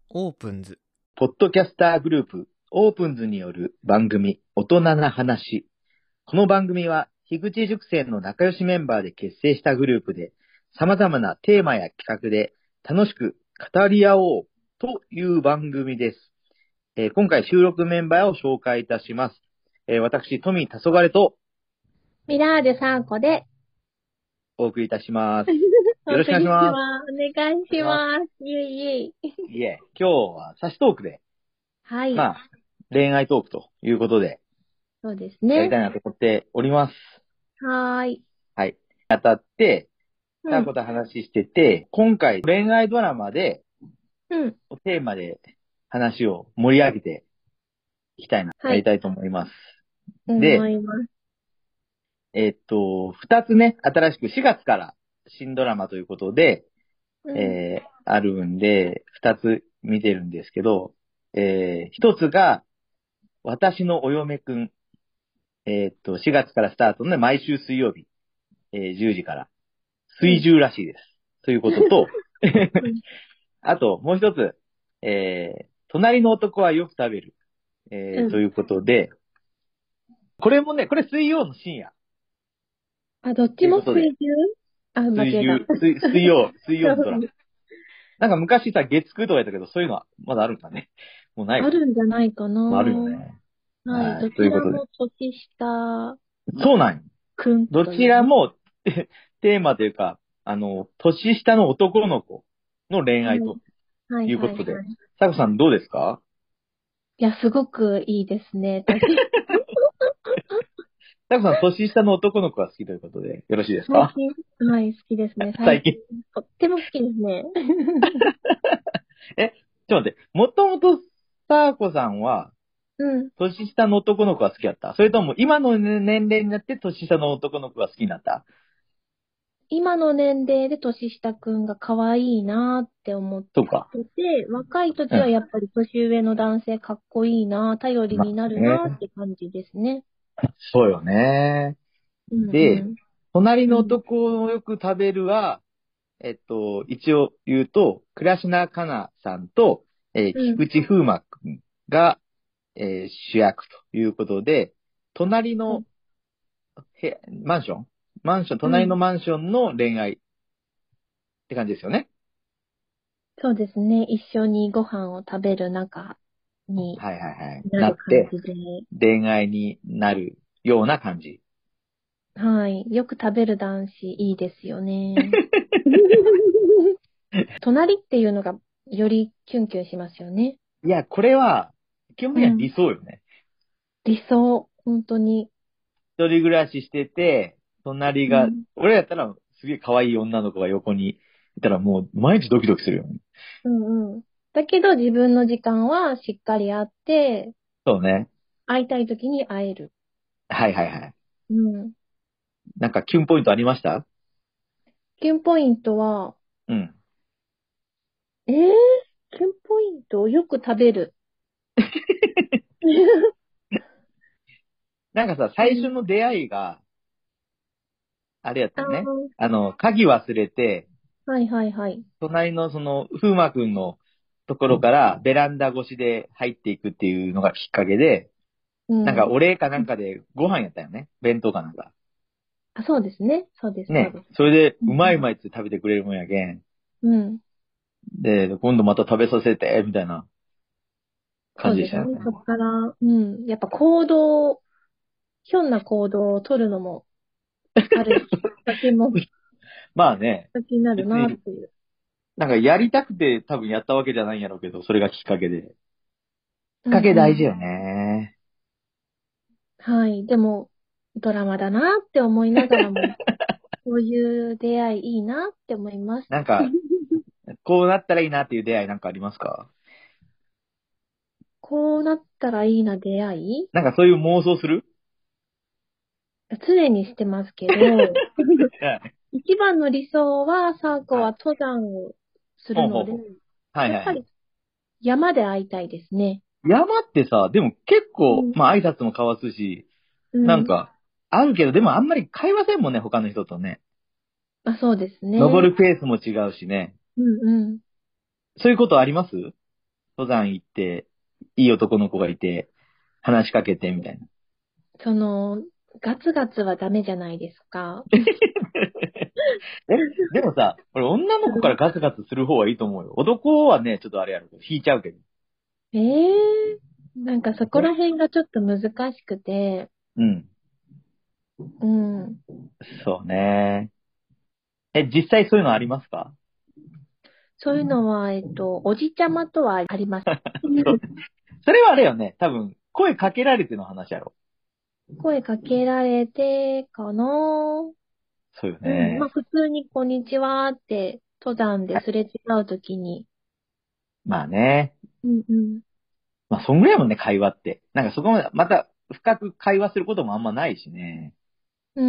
オープンズ。 ポッドキャスターグループ、オープンズによる番組、大人な話。この番組は、樋口塾生の仲良しメンバーで結成したグループで、様々なテーマや企画で楽しく語り合おうという番組です。今回収録メンバーを紹介いたします。私、富田そがれとミラージュ3個でお送りいたします。 およろしくお願いします。 お願いします。イェイイェイ。 いえ、今日はサシトークで、 はい。 まあ、恋愛トークということで、 そうですやりたいね。 なと思っております。 はーい。 はい。当たって、 うん。 タコと話してて、今回恋愛ドラマで、 うん。 テーマで話を盛り上げていきたいな、 はい。 やりたいと思います。 思で、 います。 二つね、新しく4月から新ドラマということで、 うん。 あるんで、二つ見てるんですけど、一つが、私のお嫁くん、4月からスタートのね、毎週水曜日、10時から、水10らしいです。ということと、 うん。 あと、もう一つ、隣の男はよく食べる、 うん。 ということで、これもね、これ水曜の深夜、 あ、どっとちもいうことで、 水牛。あ、間違えた。 水曜のドラマ。なんか昔さ、月9とか言ったけど、そういうのはまだあるんだね。もうないわ。 あるんじゃないかな。 もうあるよね。 はい。 はい。 どちということで。 らも年下そうなんよ。 くんどちというね。 らもテーマというか、年下の男の子の恋愛とはい。はいはいいうことで。 はい。 さこさんどうですか？ いや、すごくいいですね。 さこさん年下の男の子が好きということで、よろしいですか？ 最近、はい、好きですね。最近、 最近。 とっても好きですね。 ちょっと待って。もともとさこさんは、 うん。 年下の男の子が好きだった？それとも今の年齢になって年下の男の子が好きになった？ 今の年齢で年下くんが可愛いなって思っそうか。 てて、若い時はうん。 やっぱり年上の男性かっこいいな、頼りまになるあね。 なって感じですね。 そうよね。 うんで、 う隣ん。うん。 の男をよく食べるは、一応言うと、倉科香菜さんと、 うん。 菊池風磨くんが、主役ということで、隣のマンションうん。 隣のマンションの恋愛って感じですよね。 そうですね。一緒にご飯を食べる仲にはいはいはい。 なるなって、 感じで。 恋愛になるような感じ。 はい。よく食べる男子いいですよね。隣っていうのがよりキュンキュンしますよね。 いや、これは、基本的にはうん。 理想よね。 理想。本当に。 一人暮らししてて、隣が、 うん。 俺やったらすげえ可愛い女の子が横にいたらもう毎日ドキドキするよね。 うんうん。だけど自分の時間はしっかりあって、 そうね。 会いたい時に会える。 はいはいはい。 うん。 なんかキュンポイントありました？ キュンポイントは、 うん。 キュンポイントをよく食べる。 なんかさ、 うん。 最初の出会いが、あれやったあよね。 ー、 鍵忘れて、 はいはいはい。 隣のその、風磨くんのところからベランダ越しで入っていくっていうのがきっかけで、なんかうん。 お礼かなんかでご飯やったよね。弁当かなんか。 あ、そうですね。そうです、そうね。 です。 それで、 うんうまいうまいって食べてくれるもんやけん。 うん。うん。 で、今度また食べさせて、みたいな感そうですね。 じでしたよね。 そっから、うん。やっぱひょんな行動を取るのもあるきっかけも、きっまあね、 かけになる別に、 なっていう。 なんかやりたくて多分やったわけじゃないんやろうけど、それがきっかけで。きっかけうんうん。 大事よね。 はい。でも、ドラマだなって思いながらも、こういう出会いいいなって思います。 なんか、こうなったらいいなっていう出会いなんかありますか？ こうなったらいいな出会いなんかそういう妄想する？ 常にしてますけど、 はい。 一番の理想は、サーコはい。 は登山をするので、 ほうほうほう。はいはいはい。 やっぱり山で会いたいですね。 山ってさ、でも結構、 うん。 まあ挨拶も交わすし、 うん。 なんか、あるけど、でもあんまり会話せんもんね、他の人とね。 あ、そうですね。 登るペースも違うしね。 うんうん。 そういうことあります？ 登山行って、いい男の子がいて、話しかけてみたいな。 ガツガツはダメじゃないですか。 でもさ、俺女の子からガツガツする方がいいと思うよ。男はね、ちょっとあれやろ、引いちゃうけど。 ええなんかそこら辺がちょっと難しくて、 うん。 うん。 そうね。実際そういうのありますか？ そういうのは、おじちゃまとはあります。 それはあれよね。多分、声かけられての話やろ。 声かけられてかな。 そうようん。まあ、 ね。 普通にこんにちはって、登山ですれ違うときに。 まあね。 うんうん。 まあ、そんぐらいもんね、会話って。なんかそこまで、また深く会話することもあんまないしね。 うん。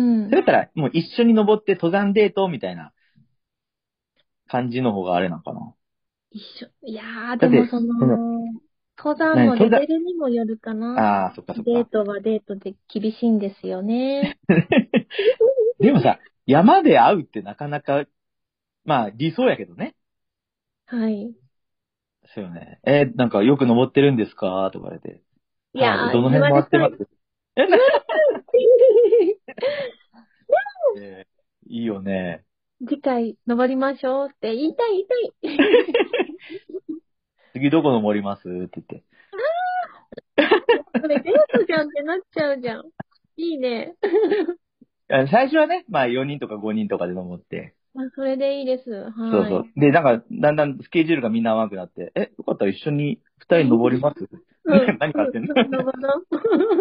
それだったら、もう一緒に登って登山デートみたいな感じの方があれなのかな。 いやー、 だって、 でも登山のレ登山、 ベルにもよるかな。 ああ、そっかそっか。 デートはデートで厳しいんですよね。 でもさ、山で会うってなかなか、まあ理想やけどね。 はい。 そうよね。なんかよく登ってるんですかとか言われて。はい、 いやー、 どの辺言われたい。 回ってます？え、 言われたい。 えいいよね。 次回登りましょうって言いたい言いたい。 次どこ登りますって言って。 それデートじゃんってなっちゃうじゃん。いいね。 最初はね、まあ4人とか5人とかで登って。 まあ、それでいいです。はい。 そうそう。で、なんか、だんだんスケジュールがみんな合わなくなって、よかったら一緒に2人登ります？ うん、 何かあってんの？ 登ろう。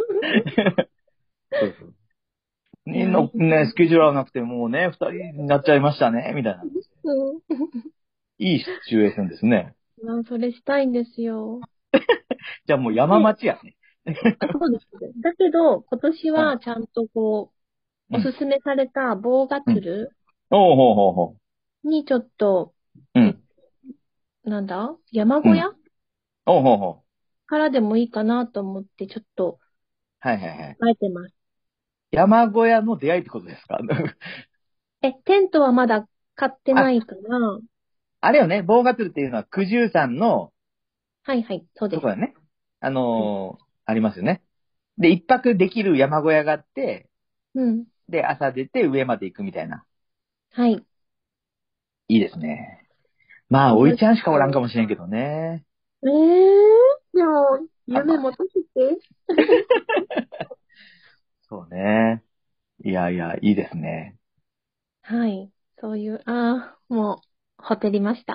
そうそう。 いや、いいね、 ね。 スケジュール合わなくてもうね、2人になっちゃいましたね、みたいな。 うん。 いいシチュエーションですね。 まあ、それしたいんですよ。 じゃあもう山で、 町やね。 あ、そうです。だけど、今年うん。 はちゃんとおすうん。 すめされた棒ガうん。 ツルおうほうほうほにちょっと、 う。うえ、 ん。 なんだ山うん。 小屋おうほうほう。 からでもいいかなと思って、ちょっと、 はいはいはい。 考えてます。 山小屋の出会いってことですか？ テントはまだ買ってなあ、 いから、 あれよね。棒ガツルっていうのは九十山のはいはい、そうです。 とこだね。 はい。 ありますよね。で、一泊できる山小屋があって、 うん。 で、朝出て上まで行くみたいな。 はい。 いいですね。まあ、おい楽しちゃんしかおらんかそもしれんけどね。 う。でも、 あ、まあ、 夢持たせて。 そうね。いやいや、いいですね。 はい。そういう、もう、ほてりました。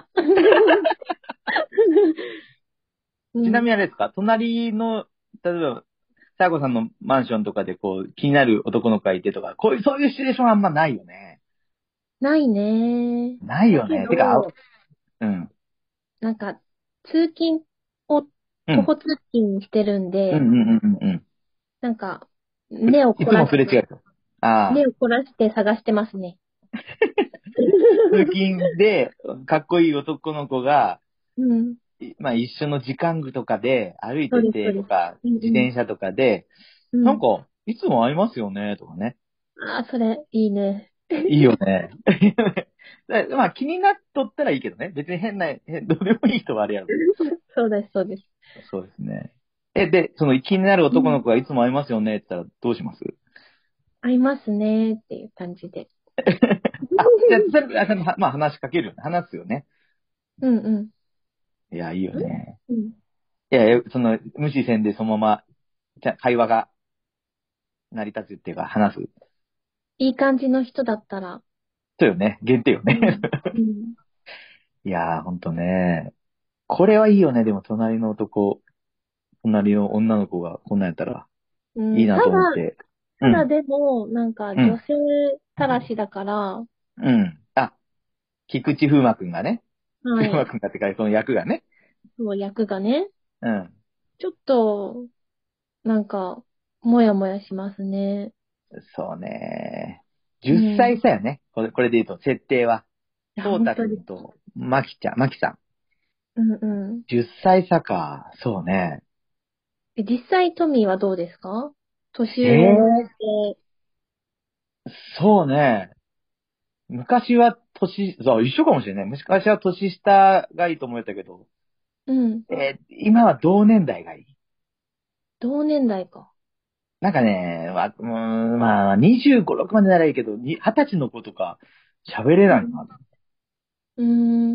うん。 ちなみにあれですか、隣の、例えば、さやこさんのマンションとかでこう、気になる男の子がいてとか、そういうシチュエーションはあんまないよね。 ないね。だけないよね。てか、 ど、 うん。 なんか、通勤をうん。 徒歩通勤してるんで、 うんうんうんうんうん。 なんか、目をいつも凝らして、 すれ違うと。ああ。 目を凝らして探してますね。 通勤で、かっこいい男の子が、 うん。 まあ一緒の時間具とかで歩いてそうです、そうです。 てとか、 うん自転車とかで、 うん。うん。 なんか、いつも会いますよね、とかね。 それ、いいね。 いいよね。まあ気になっとったらいいけどね。別にどうでもいい人はあれやろうけそうです、そうです。 ど。そうですね。で、その気になるうん。 男の子がいつも会いますよねって言ったらどうします？ 合いますねっていう感じで。 じゃあ、それ、まあ話しかけるよね。話すよね。 うんうん。 いや、いいよね。 うん。 いや、無視せんでそのまま、会話が成り立つっていうか、話す。 いい感じの人だったら。 そうよね。限定よね。 うん。うん。 いやー、ほんとね。これはいいよね。でも、隣の女の子がこんなんやったらうん、 いいなと思って。うん。 ただでも、なんかうん。 女性たらしだから、 うん。あ、菊池風磨くんがね。風磨はい。 くんがってか、その役がね。 そう役がね、 うん。 ちょっと、なんか、もやもやしますね。 そうね。10 うん。い歳差やね。これで言うと、設定は。 や、 そうた本当に。 くんと、まきさん。 うんうん。 10歳差か。そうね。 実際トミーはどうですか？年え上の女え性。 そうね。昔はそう、一緒かもしれない。昔は年下がいいと思ってたけど、 うん。 今は同年代がいい。 同年代か。 なんかね、まあ、25、6までならいいけど、20歳の子とか喋れないな。 うん。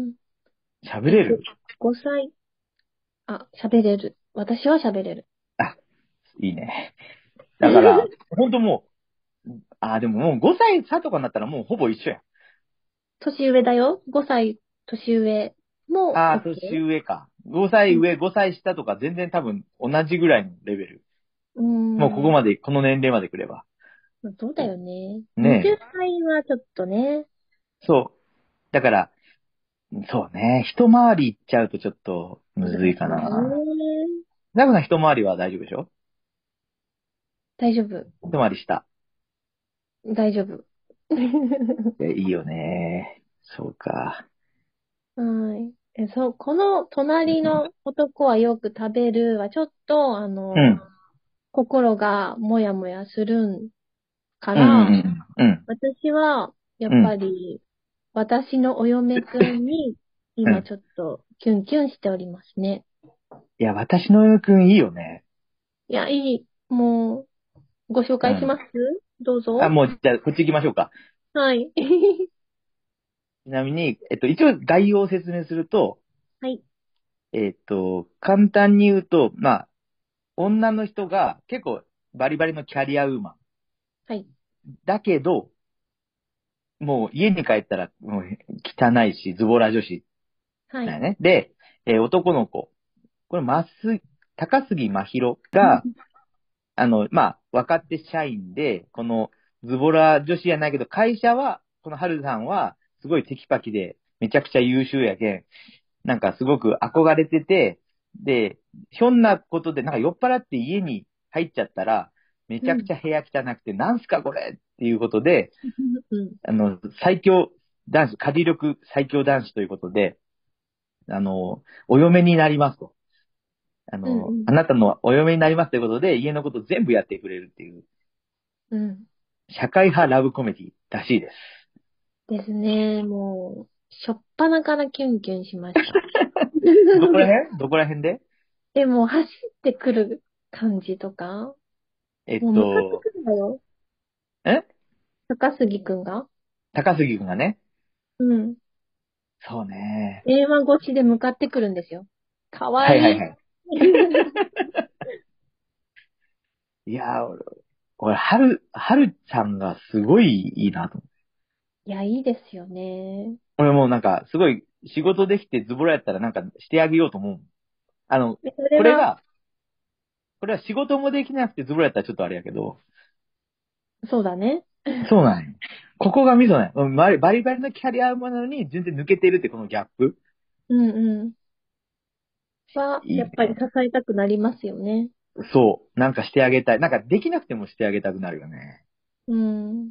喋れる？ 5歳。あ、喋れる。私は喋れる。 あ、いいね。だから、ほんともう、でももう5歳差とかになったらもうほぼ一緒や。 年上だよ。5歳年上も年 OK？ 上か。5歳うん。 上、5歳下とか全然多分同じぐらいのレベル。 うもうここん。 まで、この年齢まで来れば。 まあそうだよね。20 ねえ。 歳はちょっとね。 そう。だから、そうね。一回り行っちゃうとちょっとむずいか難しいな。 ね。 ザコさん一回りは大丈夫でしょ？ 大丈夫。 一回りした。 大丈夫。 いいよね。そうか。 はい。この隣の男はよく食べるはちょっと、 うん。 心がもやもやするかうんうんら、 うんうん。 私は、やっうん。 ぱり、私のお嫁くんに、 うん。 今ちょっと、キュンキュンしておりますね。 いや、私の嫁くんいいよね。 いや、いい。もう、ご紹うん。 介しますどうぞ。 もう、じゃあ、こっち行きましょうか。 はい。 ちなみに、一応概要を説明すると、 はい。 簡単に言うと、まあ、女の人が結構バリバリのキャリアウーマン。 はい。 だけど、もう家に帰ったらもう汚いし、ズボラ女子はい。 だよね。で、男の子。これ、高杉真宙が、まあ、若手社員で、このズボラ女子じゃないけど、会社は、この春さんは、すごいテキパキで、めちゃくちゃ優秀やけん、なんかすごく憧れてて、で、ひょんなことで、なんか酔っ払って家に入っちゃったら、めちゃくうん。 ちゃ部屋汚くて、なんすかこれっていうことで、 うん。 最強男子、家事力最強男子ということで、お嫁になりますと。 うん。うん。 あなたのお嫁になりますということで、家のこと全部やってくれるっていう、 うん。 社会派ラブコメディらしいです。 ですね。もう、しょっぱなからキュンキュンしました。 どこら辺で？ でも、走ってくる感じとか、 えっもうムカつと、 くんだよ。 え高杉くんが。 高杉くんがね。 うん。 そうね。 電話越しで向かってくるんですよ。かわいい。 はいはいはい。いやー、俺、はるさんがすごいいいなと思う。 いや、いいですよね。 俺もうなんか、すごい仕事できてズボラやったらなんかしてあげようと思う。あの、 で、それは、 これが、これは仕事もできなくてズボラやったらちょっとあれやけど、 そうだね。 そうなんや。ここがミソね。バリバリのキャリアものに全然抜けてるってこのギャップ。 うんうん。やっぱりいいね。 支えたくなりますよね。 そう。なんかしてあげたい。なんかできなくてもしてあげたくなるよね。 うん。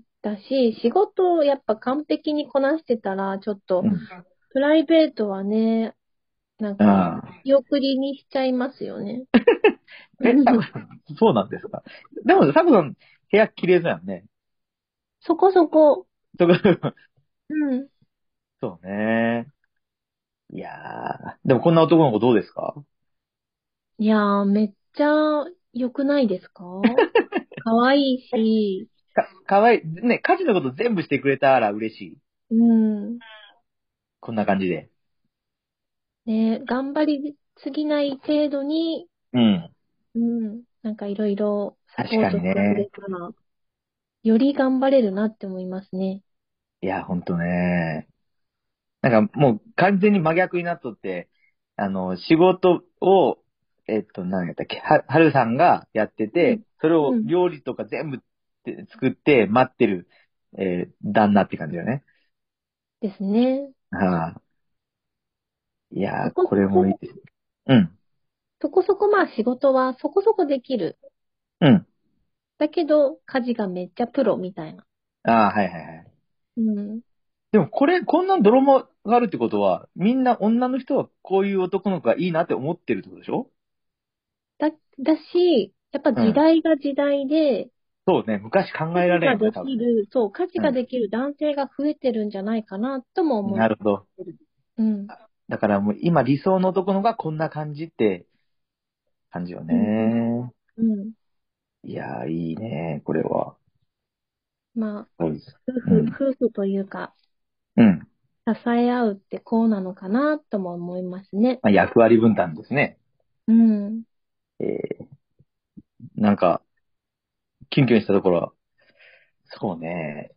だし、仕事をやっぱ完璧にこなしてたら、ちょっと、 うん。 プライベートはね、なんか、 ああ。 見送りにしちゃいますよね。 サコさん、そうなんですか？でも、サコさん、部屋綺麗そうやんね。 そこそこ、 とか、 うん。 そうね。いやでもこんな男の子どうですか？ いやー、めっちゃ良くないですか？可愛いし、 かわいい。ね、家事のこと全部してくれたら嬉しい。 うん。 こんな感じで。 ね、頑張りすぎない程度に、 うん。 うん。なんかいろいろサ確かポートしてくにね。 れたら、より頑張れるなって思いますね。 いや、ほんとね。なんかもう完全に真逆になっとって、仕事を、何やったっけ、はるさんがやってうん。 て、それをうん。 料理とか全部作って待ってる、旦那って感じだよね。 ですね。 はあ、いやー、 そここれもいいそこ、 です。うん、 そこそこまあ仕事はそこそこできる。 うん。 だけど、家事がめっちゃプロみたいな。 ああ、はいはいはい。 うん。 でもこんなドラマがあるってことは、みんな女の人はこういう男の子がいいなって思ってるってことでしょ？ だし、やっぱ時うん。 代が時代で、 そうね、昔考えられんよね、 家事がで多分ね。 きる、そう、家事がうできる男性が増えてるんじゃないかなともん。 思っなるほど。 てる。うん。 だからもう今理想の男の子がこんな感じって感じようん。 ね。 うん。 いやー、いいね、これは。 まあ、 そうです。 夫婦、 うん。 夫婦というか、 うん。 支え合うってこうなのかなとも思いますね。 まあ、役割分担ですね。 うん。 えなんか、キュンキュンしたところは、そうね。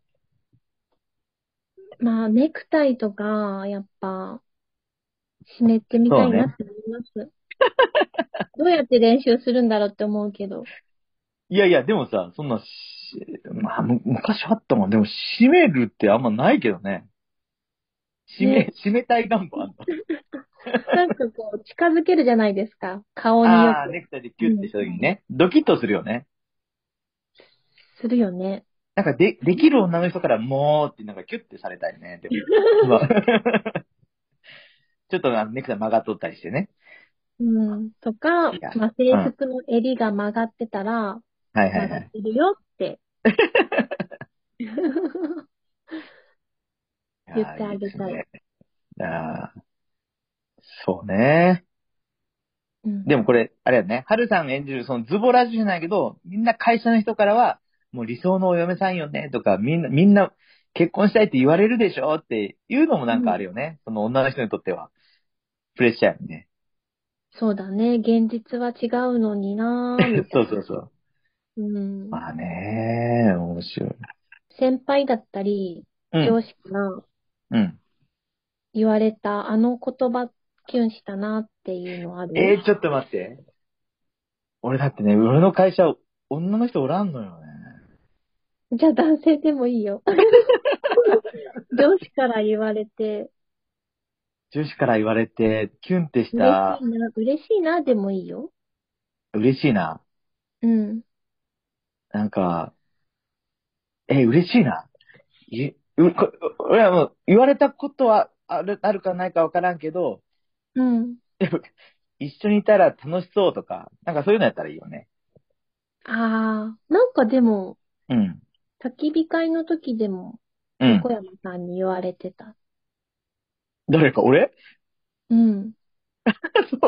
まあ、ネクタイとか、やっぱ、締めてみたそうね。 いなって思います。どうやって練習するんだろうって思うけど。 いやいや、でもさ、そんなまあ、昔あったもん。でも、締めるってあんまないけどね。 ね。 締めたい願望あんの。 なんかこう、近づけるじゃないですか。顔によああ、 く。 ネクタイでキうん。 ュッてした時にね、ドキッとするよね。 するよね。 なんかできる女の人からもうってなんかキュッてされたいね。でも、まあちょっとネクタイ曲がっとったりしてね。 うん。とか、 いや、 まあ、 うん。 制服の襟が曲がってたら、 はいはいはい。 曲がってるよっていやー、 言っていあげたい。 いですね。あー、そうね。 うん。 でもこれ、あれやね。春さん演じるそのズボラじゃないけど、みんな会社の人からは、もう理想のお嫁さんよね、とか、みんな結婚したいって言われるでしょっていうのもなんかあうん。 るよね。その女の人にとっては。プレッシャーやね。 そうだね。現実は違うのになーみたいな。 そうそうそう。 うん。 まあね、面白い。 先輩だったり、 うん、 上司からうん。 言われたあの言葉キュンしたなっていうのある？ ちょっと待って。俺だってね、俺の会社、女の人おらんのよね。 じゃあ男性でもいいよ。上司から言われて、 女子から言われて、キュンってし嬉した、 いな、嬉しいなでもいいよ。 嬉しいな。 うん。 なんか、嬉しいな。俺はもう、言われたことはあるかないかわからんけど、 うん。 でも一緒にいたら楽しそうとか、なんかそういうのやったらいいよね。 ああ、なんかでも、 うん。 焚き火会の時でも、 うん。 横山さんに言われてた。 誰か俺？ うん。 そう。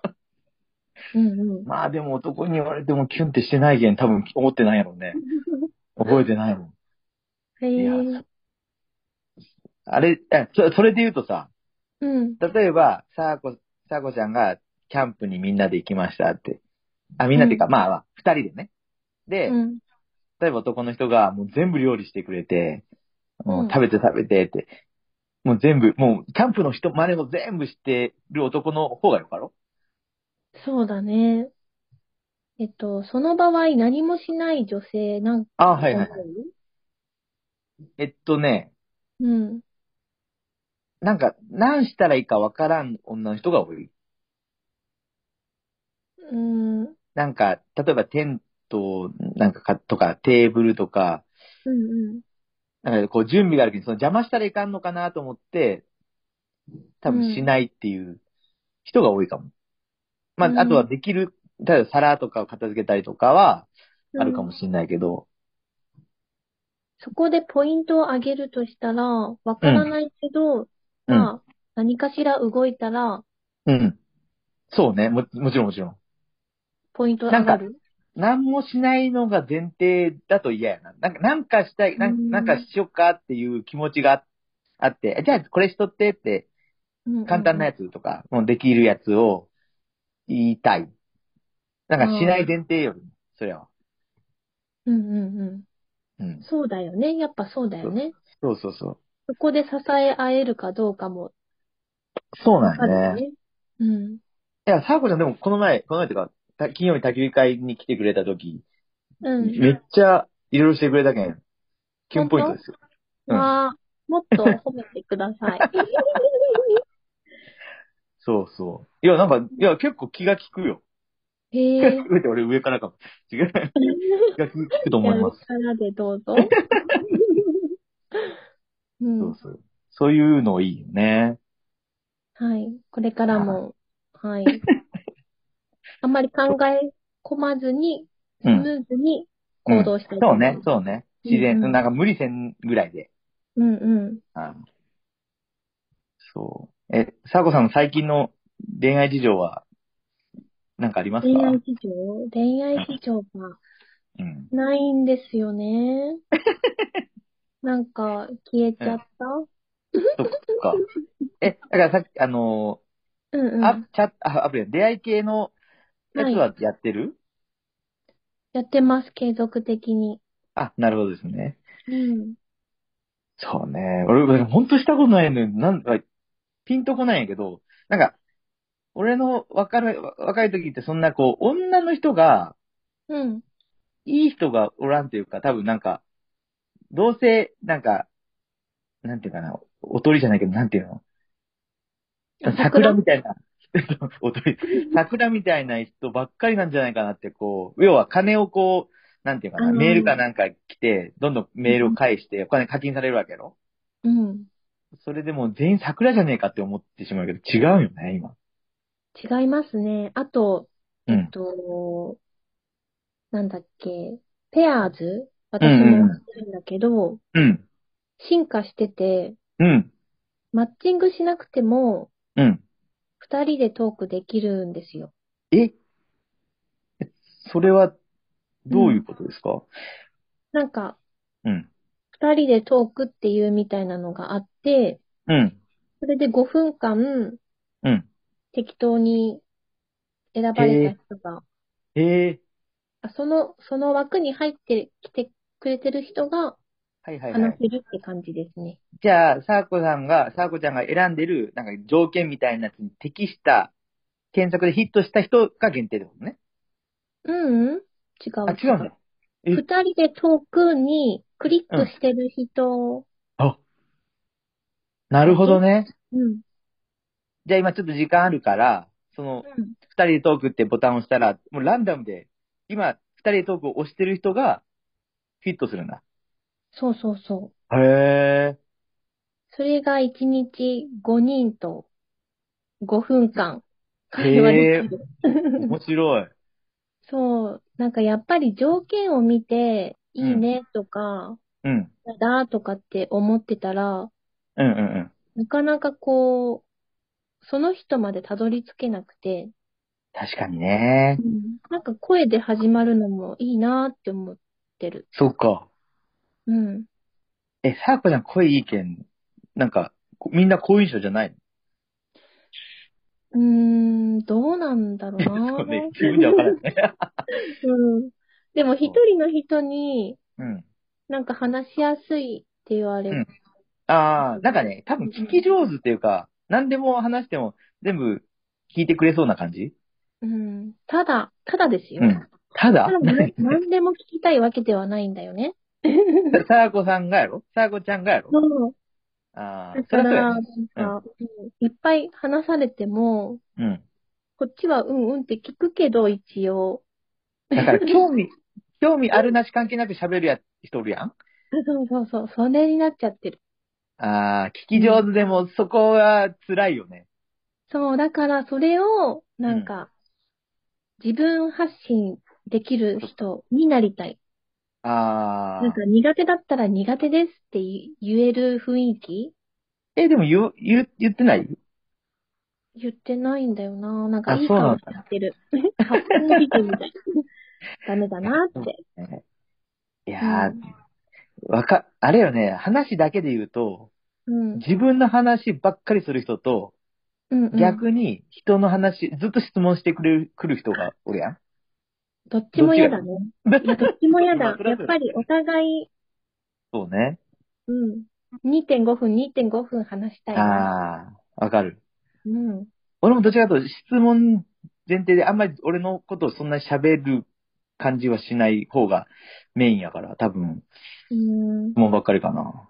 うんうん。 まあでも男に言われてもキュンってしてないけん多分思ってないやろうね。覚えてないもん。 へいや、 え。 あれ、それで言うとさ、 うん。 例えば、さあこちゃんがキャンプにみんなで行きましたって。あ、みんうん。 なっていうか、まあまあ、二人でね。で、 うん。 例えば男の人がもう全部料理してくれて、もううん。 食べて食べてって、もう全部、もうキャンプの人真似も全部してる男の方がよかろ？ そうだね。その場合何もしない女性なんあ、 か思う？ はいはいはい。ね、 うん。 なんか、何したらいいかわからん女の人が多い。 うん。うんなんか、例えばテントなんかとか、テーブルとか、 うん。 なんかこう準備があるけど、その邪魔したらいかんのかなと思って、多分しうん。 ないっていう人が多いかも。まあ、あとはうん。 できる、例えば皿とかを片付けたりとかは、あるかうん。 もしれないけど、 そこでポイントを上げるとしたら、わうん、 からないけど、 うん、 まあ、何かしら動いたら、 うん。そうね。もちろんもちろん。 ポイントなんか、 上がる？ 何もしないのが前提だと嫌やな。なんかしたい、 うなんかん。 しよっかっていう気持ちがあって、じゃあこれしとってって、 うんうんうん。 簡単なやつとか、もうできるやつを言いたい。なんかしああ、 ない前提よりも、それは。 うんうんうん。 うん。 そうだよね。やっぱそうだよそうね。 そうそうそう。 そこで支え合えるかどうかもそうわなんよね。 かるよね。うん。 いや、さあこちゃんでもこの前っていうか、金曜日焚き火会に来てくれた時、 うん。 めっちゃいろいろしてくれたけん、キュン本当？ ポイントですよ。うん。 わあ、もっと褒めてください。 そうそう。いや、なんか、いや、結構気が利くよ。 へえ。 気が利くって俺上からかも。違う。気が利くとじゃあ、 思います。 上からでどうぞ。うん。 そうそう。そういうのいいよね。 はい。これからあ、 も、はい。あんまり考え込まずに、 うん。 スムーズにうん。 行動したいとそうね、 思います。 そうね。自然、 うんうん。 なんか無理せんぐらいで。 うんうん。 うん。そう。 サーコさんの最近の恋愛事情は何かありますか？ 恋愛事情がうん。 ないんですよね。なんか、消えちうん。 ゃった。 そっか。だからさっき、 うんうん。 アプリ、出会い系のやはい。 つはやってる？ やってます、継続的に。 あ、なるほどですね。 うん。 そうね。俺、本当したことないのに、なんか、ピンとこないんやけど、なんか、俺の若い時ってそんなこう、女の人が、 うん。 いい人がおらんというか、多分なんか、どうせ、なんか、なんていうかな、おとりじゃないけど、なんていうの、 あ、 桜桜。 みたいな、おとり、桜みたいな人ばっかりなんじゃないかなって、こう、要は金をこう、なんていうかあな、メールかの、 なんか来て、どんどんメールを返して、お金課金されるわけやろ？ うん。 それでもう全員桜じゃねえかって思ってしまうけど、違うよね、今。 違いますね。あと、 うん。 なんだっけ、ペアーズう私もやっんうんてるんだけど、 うん。 進化してて、 うん。 マッチングしなくても、 うん。 二人でトークできるんですよ。 え、それはどういううん。 ことですか？ なんか、 うん。 二人でトークっていうみたいなのがあって、 うん。 それで5分間うん。 適当に選ばれたへえ、 人が、 へえ、 その枠に入ってきてくれてる人がはいはいはい。 話せるって感じですね。 じゃあ、サーコちゃんが選んでる、なんか条件みたいなやつに適した検索でヒットした人が限定ってことね。 うん、違あ、 う違う。 違うんだ。え、 二人でトークにクリッうん。 クしてる人あ、なるだけ。 ほどね。 うん。 じゃあ今ちょっと時間あるから、その、 うん。 二人でトークってボタンを押したら、もうランダムで、今、二人でトークを押してる人がフィットするんだ。 そうそうそう。 へえ、 それが1日5人と5分間会話でへえ、 きる。 面白い。 そう。なんかやっぱり条件を見て、 うん、 いいねとか、 うん、 やだとかって思ってたら、 うん、うん、うん。 なかなかこう、その人までたどり着けなくて、 確かにね。 うん、なんか声で始まるのもいいなって思ってる。 そっか。 うん。 サーコちゃん声いいけん、なんか、みんな好印象じゃないの？ どうなんだろうな。 そうね、自分じゃわからんね。 うん。でも一そ人の人にう。うん。 なんか話しやすいって言われうん。ああ、 る。 なんかね、多分聞きうん上手っていうか、何でも話しても全部聞いてくれそうな感じ？ うん。ただですよ。 うん。ただ、 ただ何でも聞きたいわけではないんだよね。 サーコさんがやろ？サーコちゃんがやろ？ そう。 ああ、そだから、 りゃそうやね。 なんうん。 か、いっぱい話されても、 うん。 こっちはうんうんって聞くけど、一応。 だから興味あるなし関係なく喋る人おるやん。 そうそうそう、それになっちゃってる。 ああ、聞き上うん。 手でもそこは辛いよね。 そう、だからそれを、 うん。 なんか、自分発信できる人になりたい。なんああ。 か苦手だったら苦手ですって言える雰囲気でも言ってない？ 言ってないんだよな。なんかあ、 いい顔しそうなんだ。 ちゃってる。八方美人みたい。ダメだいや、 なっそうて。 ね。いやー、 うん。 あれよね、話だけで言うと、 うん。 自分の話ばっかりする人と、 うんうん。 逆に人の話、ずっと質問してくる人がおるやん。 どっちどっちがいい？ も嫌だね。いや、どっちも嫌まあ、 だ。 そりゃそうや。 やっぱりお互い、 そうね。 うん。2.5分話したいな。 ああ、わかる。 うん。 俺もどちらかというと質問前提であんまり俺のことをそんなに喋る感じはしない方がメインやから、多分、 うん。 質問ばっかりかな。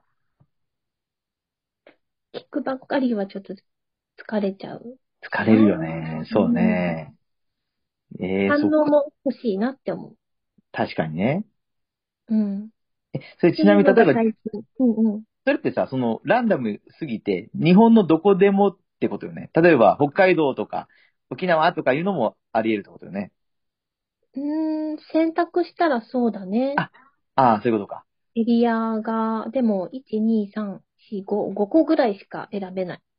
聞くばっかりはちょっと疲れちゃうかな。 疲れるよね。そううん。 ね。そっか。 反応も欲しいなって思確かにね。 う。うん。っそれちなみに、 ていうのが例えば、 最近。うんうん。 それってさ、その、ランダムすぎて、日本のどこでもってことよね。例えば、北海道とか、沖縄とかいうのもあり得るってことよね。 選択したらそうだね。 あ、ああ、そういうことか。 エリアが、でも、1、2、3、4、5、5個ぐらいしか選べない。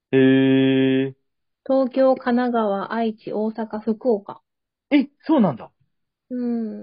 へえ。 東京、神奈川、愛知、大阪、福岡。 え、そうなんだ。 うん。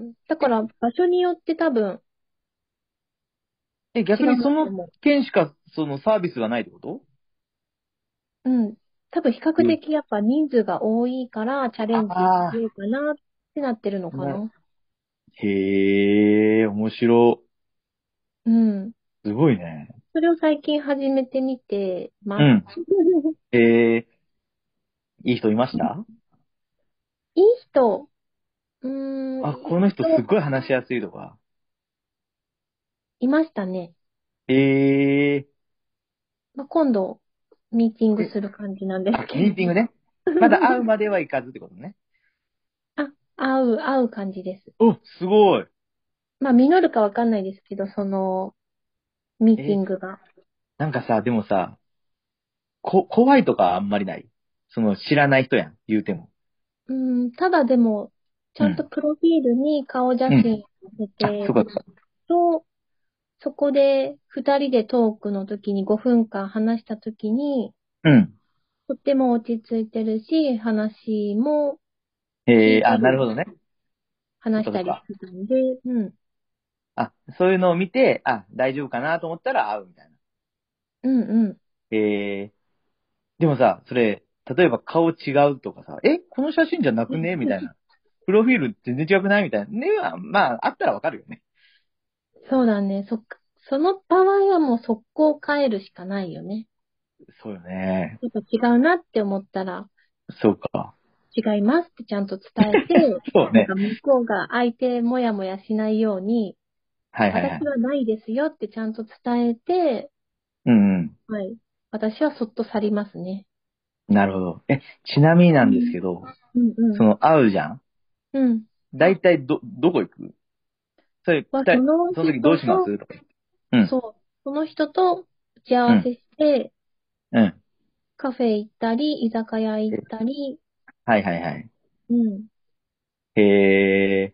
だから場所によって多分え、 違うん逆にそのだと思県しかそのサービスがないってこと？ う。うん。多分比較え、 的やっぱ人数が多いからチャレンジしああようかなってなってるのー、な、 かな。 へえ、面白。 うん。 すごいね。 それを最近始めてみてます。 うん。へえ、いい人いました？ いい人、 あ、 いいこの人す人、 っごい話しやすいとか。 いましたね。 へえ、 まあ、今度、ミーティングえ、 する感じなんですあ、 けど。 ミーティングね。まだ会うまではいかずってことね。 あ、会う感じです。 お、すごい。 まあ、実るかわかんないですけど、その、ミーティえ、 ングが。 なんかさ、でもさ、怖いとかあんまりない？その知らない人やん、言うても。 うん、ただでも、ちゃんとうん。 プロフィールに顔写うん。 真を載せあ、 てるそうかそうか。 と、そこで二人でトークの時に5分間話した時に、 うん。 とっても落ち着いてるし、話も聞いあ、なるたり、 ほどね。そっ話したりしかそっか。 てたんで、うん。 あ、そういうのを見て、あ、大丈夫かなと思ったら会うみたいな。 うんうん。 でもさ、それ、例えば顔違うとかさ、この写真じゃなくねみたいな。プロフィール全然違くないみたいな。ね、まあ、あったらわかるよね。 そうだね。その場合はもう速攻変えるしかないよね。 そうよね。 やっぱ違うなって思ったら、 そうか。 違いますってちゃんと伝えて、 そうね。 なんか向こうが相手もやもやしないように、 はいはいはい。 私はないですよってちゃんと伝えて、 うんうん。 はい。私はそっと去りますね。 なるほど。ちなみになんですうん。 けど、 うんうん。 会うじゃん。 うん。 だいたいどこ行く？それ、 そのその時どうしま人と、 すとか言って。うん。 そう、その人と打ち合うん。 わせして、 うん。 カフェ行ったり、居酒屋行っえたり、 はいはいはい。 うん。 へえ、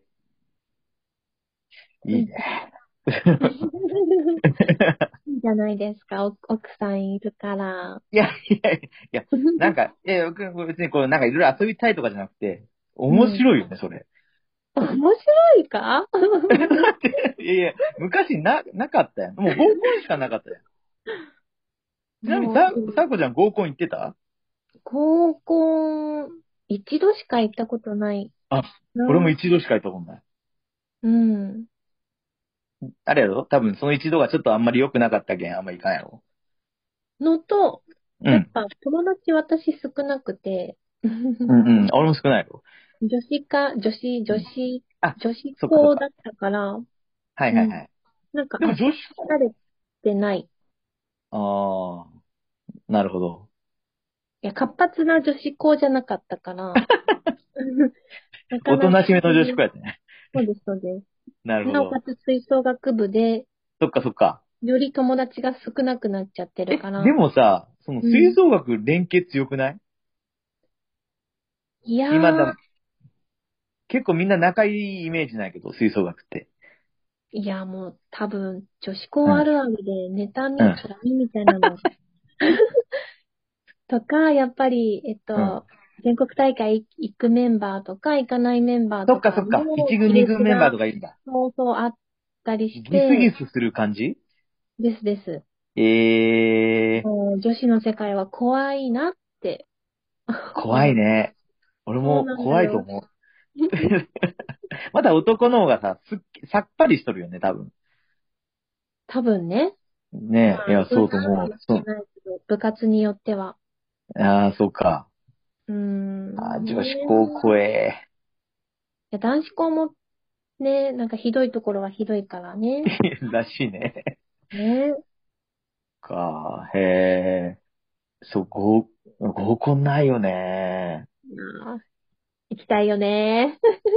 いいいい。 ね。 いいじゃないですか。奥さんいるから。 いや、いや、いや、なんか、僕別にこう、なんかいろいろ遊びたいとかじゃなくて、 うん。 面白いよね、それ。 面白いか？ だって、いやいや、昔なかったやん。もう合コンしかなかったやん。ちなみにもう、 さこちゃん合コン行ってた？ 高校、一度しか行ったことないあ、俺もな。 一度しか行ったことない。 うん。 あれやろ多分その一度がちょっとあんまり良くなかったけん、あんまり行かんやろ。 のと、 うん。 やっぱ友達私少なくて、 うんうん。俺も少ないやろ。 女子か、女子、 うん。あ、 女子そっかそっか。 校だったから、うん。 はいはいはい。 なんか、 でも女子校。 疲れてない。 ああ、なるほど。 いや、活発な女子校じゃなかったから、なかおとなか、 なしめの女子校やったね。 そうです、そうです。 なるほど。 なおかつ吹奏楽部で、 そっかそっか。 より友達が少なくなっちゃってるかでら、 もさ、そのうん。 吹奏楽連携強くない？ いや今だ、 ー、 結構みんな仲いいイメージないけど、吹奏楽って。 いや、もう多分、女子うん。 校あるあるで、妬み、 うん。 嫌みみたいなのとか、やっぱり、 うん。 全国大会行くメンバーとか、行かないメンバーそっとかかそっか。 の一軍二亀軍メンバー裂が、 とかいるんだ。 そうそうあったりしギスギて、 スする感じ？ ですです。 えー、 もう女子の世界は怖いなって怖思う。 いね。俺そうもなんだよ。 怖いと思う。まだ男の方がさ、さっぱりしとるよね、多分。 多分ね。まねえ、いあ、 や、そうとそうか思う。 もしれないけど、部活によっては。 ああ、そうか。女子高ね。 校え。 いや、男子校もね、なんかひどいところはひどいからね。 らしいね。 ね。 か、へえ。そう、合コンないよね。 いやー、行きたいよね。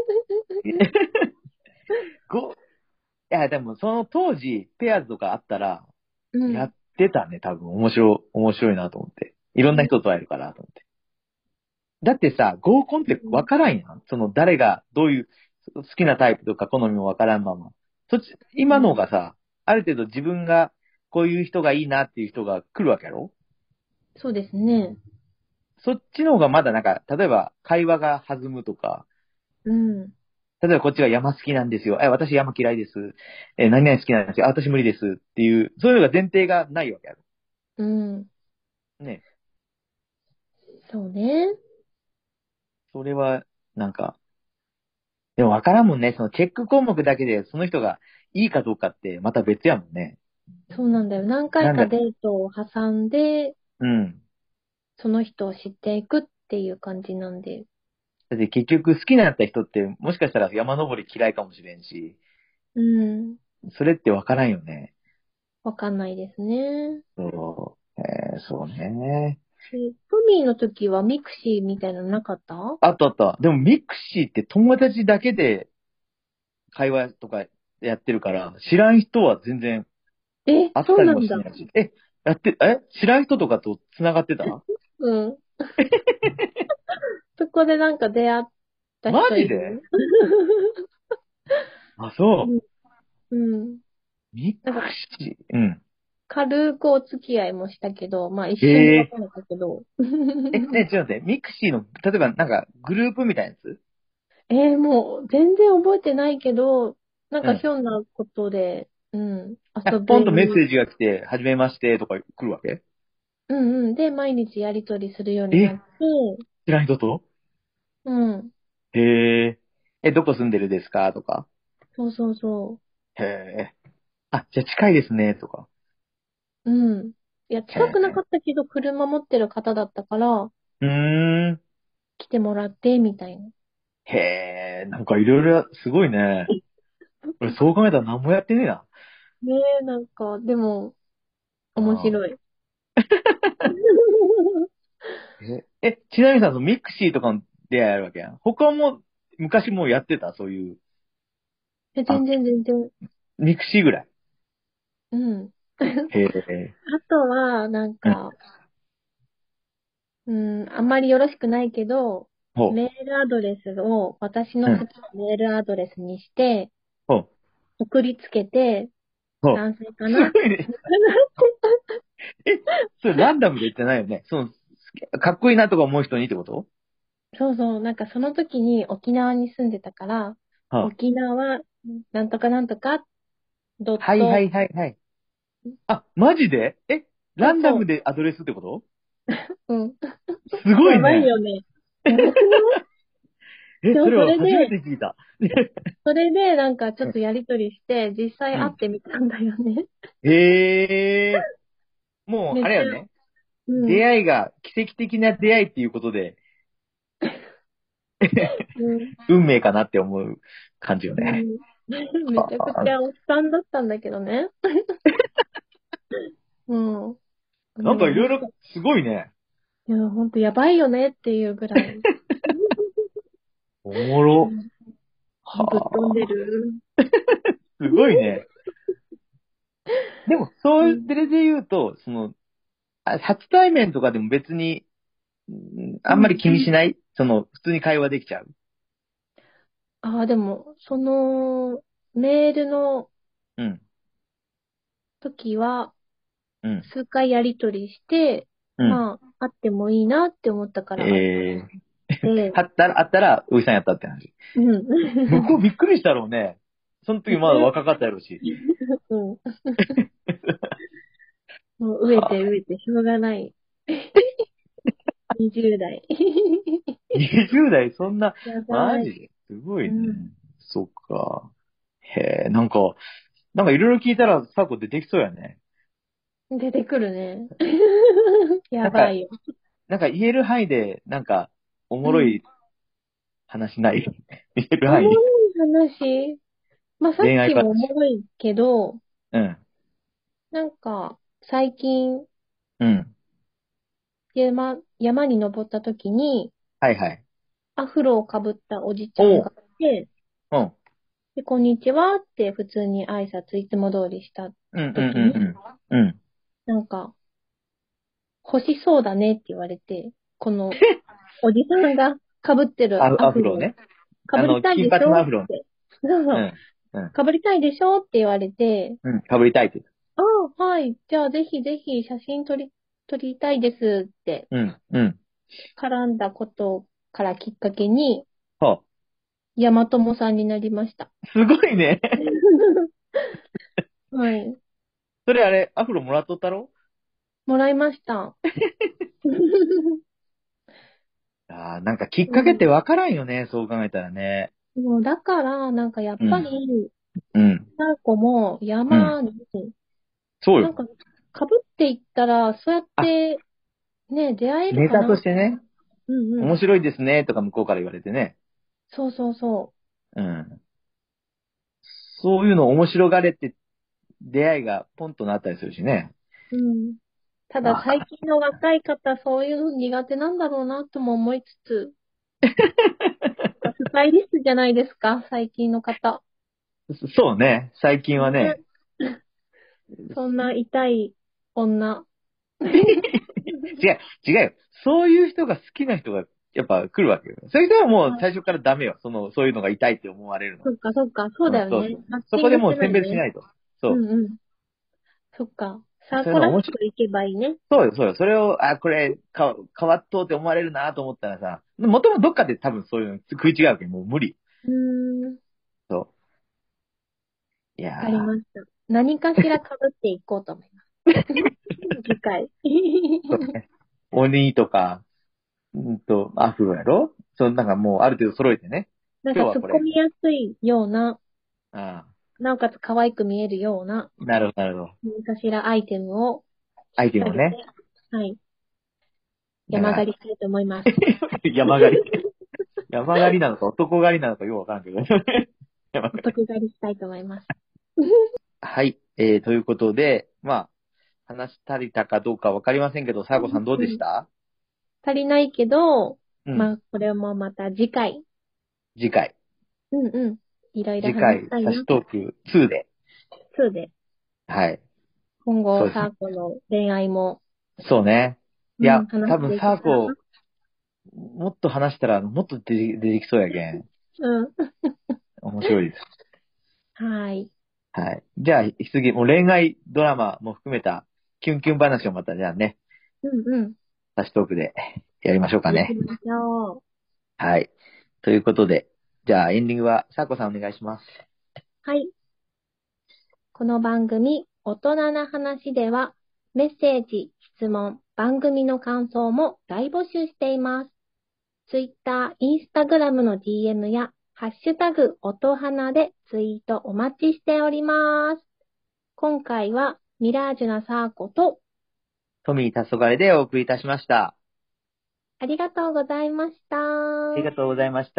ご、いや、でもその当時、ペアーズとかあったら、 うん。 やってたね、多分。面白いなと思って。いろんな人と会えるからと思って。だってさ、合コンってわからんやん。その誰がどういう好きなタイプとか好みもわからんまま。今のうん。 がさ、ある程度自分がこういう人がいいなっていう人が来るわけやろ？ そうですね。 そっちの方がまだなんか、例えば会話が弾むとか、 うん。 例えばこっちが山好きなんですよ。私山嫌いです。何々好きなんですよ。私無理です。っていう、そういうのが前提がないわけやろ。 うん。 ね。 そうね。 それは、なんか、でもわからんもんね。そのチェック項目だけでその人がいいかどうかってまた別やもんね。 そうなんだよ。何回なんだ、 かデートを挟んで、 うん。 その人を知っていくっていう感じなんで。 だって結局好きになった人ってもしかしたら山登り嫌いかもしれんし、 うん。 それってわからんよね。 わかんないですね。 そう。そうね。 トミーの時はミクシーみたいなのなかった？ あったあった。でもミクシーって友達だけで会話とかやってるから、知らん人は全然え、 会ったりそうなんだ。 もしないし。知らん人とかと繋がってた？ うん。そこでなんか出会ったマ人いる？ ジで？あ、そう。 うん。うん。 ミクなんかシー。うん。 軽くお付き合いもしたけど、まあ一ええ瞬で別れたけど。 ね、ちょっと待って、ミクシーの、例えばなんかグループみたいなやつ？ もう全然覚えてないけど、なんうん。 かひょんなことで、うん、遊ポンとメッび、 セージが来て、はじめましてとか来るわけ？ うんうん。で、毎日やりとりするようになえ、 って、 知らん人と？ うん。 へえ。どこ住んでるですかとか。 そうそうそへえ。あ、じゃあ近いですね、とか。 う。うん。いや、 へえ。 近くなかったけど、車持ってる方だったから、 うーん。 来てもらって、みたいな。 へえ。なんかいろいろすごいね。俺そう考えたら何もやってねえな。 ねえ、なんか、でも、面あ白い。 ちなみにさ、そのミクシーとかの出会いあるわけやん。他も昔もうやってたそういう、あ、 全然全然。 ミクシーぐらい。 うん。 へえ。 あとは、なんうん。 か、うん、あんまりよろしくないけど、 ほう。 メールアドレスを私の好うん。 きなメールアドレスにして、 ほう。 送りつけて、 ほう。 男性かすな？ ごいね。それランダムで言ってないよね。かっこいいなとか思う人にってこと？ そうそう、なんかその時に沖縄に住んでたから、 は沖縄、なんとかなんとか、ドッはいはト、 いはいはい。あ、マジで？ランダムそうそでアドレスってこと？ う、うん。 すごやばいいね。 よね。やばくない？でもそれそれで、 は初めて聞いた。 なんかちょっとやりとりして、実際うん。 会ってみたんだよね。 へえ。もう、 めっちゃ、 あれよね。 うん、 出会いが奇跡的な出会いっていうことで、 うん、 運命かなって思う感じよね。 うん。めちゃくちゃおっさんだったんだけどね。うん。でなんかも、 いろいろすごいね。 いや、ほんとやばいよねっていうぐらい。 おもろ。 うん、ぶっ飛んではあ、 る。 すごいね。でも、そういううん、 デレで言うと、初対面とかでも別に、あんまり気にしない？普通に会話できちゃう？ ああ、でも、その、メールのうん、 時は、 うん、 数回やりとりして、 うん。 まあ、会ってもいいなって思ったから会っえー、 て、 会ったら、おじさんやったって話。 うん。 向こうびっくりしたろうね。その時まだね、 若かったやろうし。 うん。もう飢えはあ、 て飢えてしょうがない。20代。 20代そんな、 やばい。 マジすごいね。 うん。 そっか。へえ、なんかいろいろ聞いたら、サーコ出てきそうやね。 出てくるね。 なんか、 やばいよ。 なんか言える範囲で、なんか、おうん。 もろい話ない？言えるおも範囲で。 ろい話。まあ、さっ恋愛話。 きもおもろいけど、 うん。 なんか、最近、 うん。 山に登った時に、 はいはい。 アフロをかぶったおじちゃんおう。 がいて、 うん。 で、こんにちはって普通に挨拶いつも通りしたうんうん時に、 うんうん。うん。 なんか、欲しそうだねって言われて、このおじさんが被ってるアフロ、 アフロね。 被りたい金でし髪のアフロ。 ょって、そうそう、 うん。うん。 被りたいでしょって言われて、 うん。かぶりたいって。 ああ、はい、じゃあぜひぜひ写真撮り撮りたいですってうん、うん。 絡んだことからきっかけに、 はヤマトモさんになりました。 すごいね。 はい。 それあれ、アフロもらっとったろ？ もらいました。 ああ、なんかきっうん。 かけってわからんよね、そう考えたらね。 もうだから、なんかやっうん、 ぱり、 うん、 サーコもうん。 山に、 そうよ。 なんか、被っていったら、そうやっあ、 て、ね、出会えるネタとかな。 してね、 うんうん。 面白いですね、とか向こうから言われてね。 そうそうそうん。そういうの面白がれって出会いがポンとなったりするしね。 う。うん。ただわかる。 最近の若い方、そういうの苦手なんだろうなとも思いつつ、スタイリストじゃないですか、最近の方。 そうね、最近はね。 ね。そんな痛い女。 違う、違うよ。そういう人が好きな人がやっぱ来るわけよ。そういう人はもう最初からダメよ。そういうのが痛いって思われるの。 そっかそっか、そううん、 だよね。 そうそう。 マッそチングしてこでもう選ないね。 別しないと。そうんうん。そっか。サう。 ーコらしそういうの面白い。 くいけばいいね。 そうよ、そうよ。それを、これ、変わっとうって思われるなと思ったらさ、もともとどっかで多分そういうの食い違うわけど、もう無理。 うーん。 そう。いわかりやました。何かしら被っていこうと思います。次回。 ー、そうね。鬼とか、アフロやろ？なんかもうある程度揃えてね。 なんか突っ今日はこれ。 込みやすいような、 あなおかつ可愛く見えるような、 あ、なるほど、なるほど。 何かしらアイテムをアイ引っ提げて、 テムをね。 はい、 だから、 山狩りしたいと思います。 山狩り。山狩りなのか男狩りなのかよくわからんけど。山お狩り。 得狩りしたいと思います。 はい。ということで、まあ、話し足りたかどうかわかりませんけど、さやこさんどううん、 でした？ 足りないけど、 うん。 まあ、これもまた次回、 次回。 うんうん、いろいろ次回、 話したいな。 サシトーク2で。 2で、 はい。 今後、 そうですね。 サーコの恋愛も、 そうね。いうん、 や、 話し多分ていけたらな。 サーコ、もっと話したら、もっと出てきそうやけん。 うん。 面白いです。 はい。 はい。じゃあ、次、もう恋愛ドラマも含めた、キュンキュン話をまた、じゃあね、 うんうん。 サシトークでやりましょうかね。 行きましょう。 はい。ということで、じゃあエンディングは、サーコさんお願いします。 はい。この番組、大人な話では、メッセージ、質問、番組の感想も大募集しています。Twitter、Instagram の DM や、ハッシュタグ、音花でツイートお待ちしております。今回は、ミラージュなサーコと、 トミー・タソガレでお送りいたしました。 ありがとうございましありた。 がとうございました。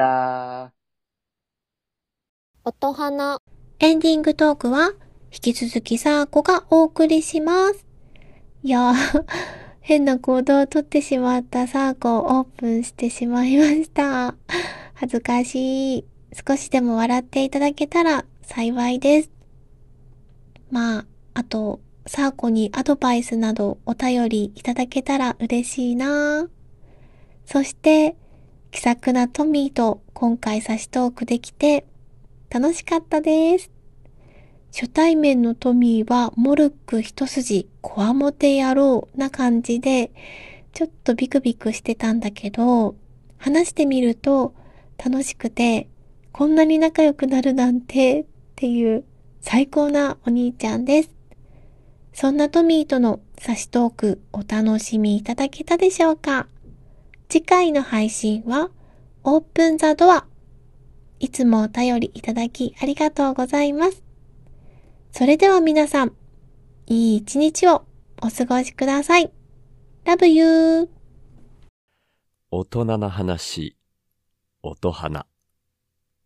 音花。エンディングトークは、引き続きサーコがお送りします。いやー、変な行動をとってしまったサーコをオープンしてしまいました。恥ずかしい。少しでも笑っていただけたら幸いです。まあ、あと、サーコにアドバイスなどお便りいただけたら嬉しいな。そして、気さくなトミーと今回サシトークできて楽しかったです。初対面のトミーはモルック一筋、こわもて野郎な感じで、ちょっとビクビクしてたんだけど、話してみると楽しくて、こんなに仲良くなるなんてっていう最高なお兄ちゃんです。そんなトミーとのサシトークお楽しみいただけたでしょうか？次回の配信はオープンザドア。いつもお便りいただきありがとうございます。それでは皆さん、いい一日をお過ごしください。Love you! 大人な話、音花。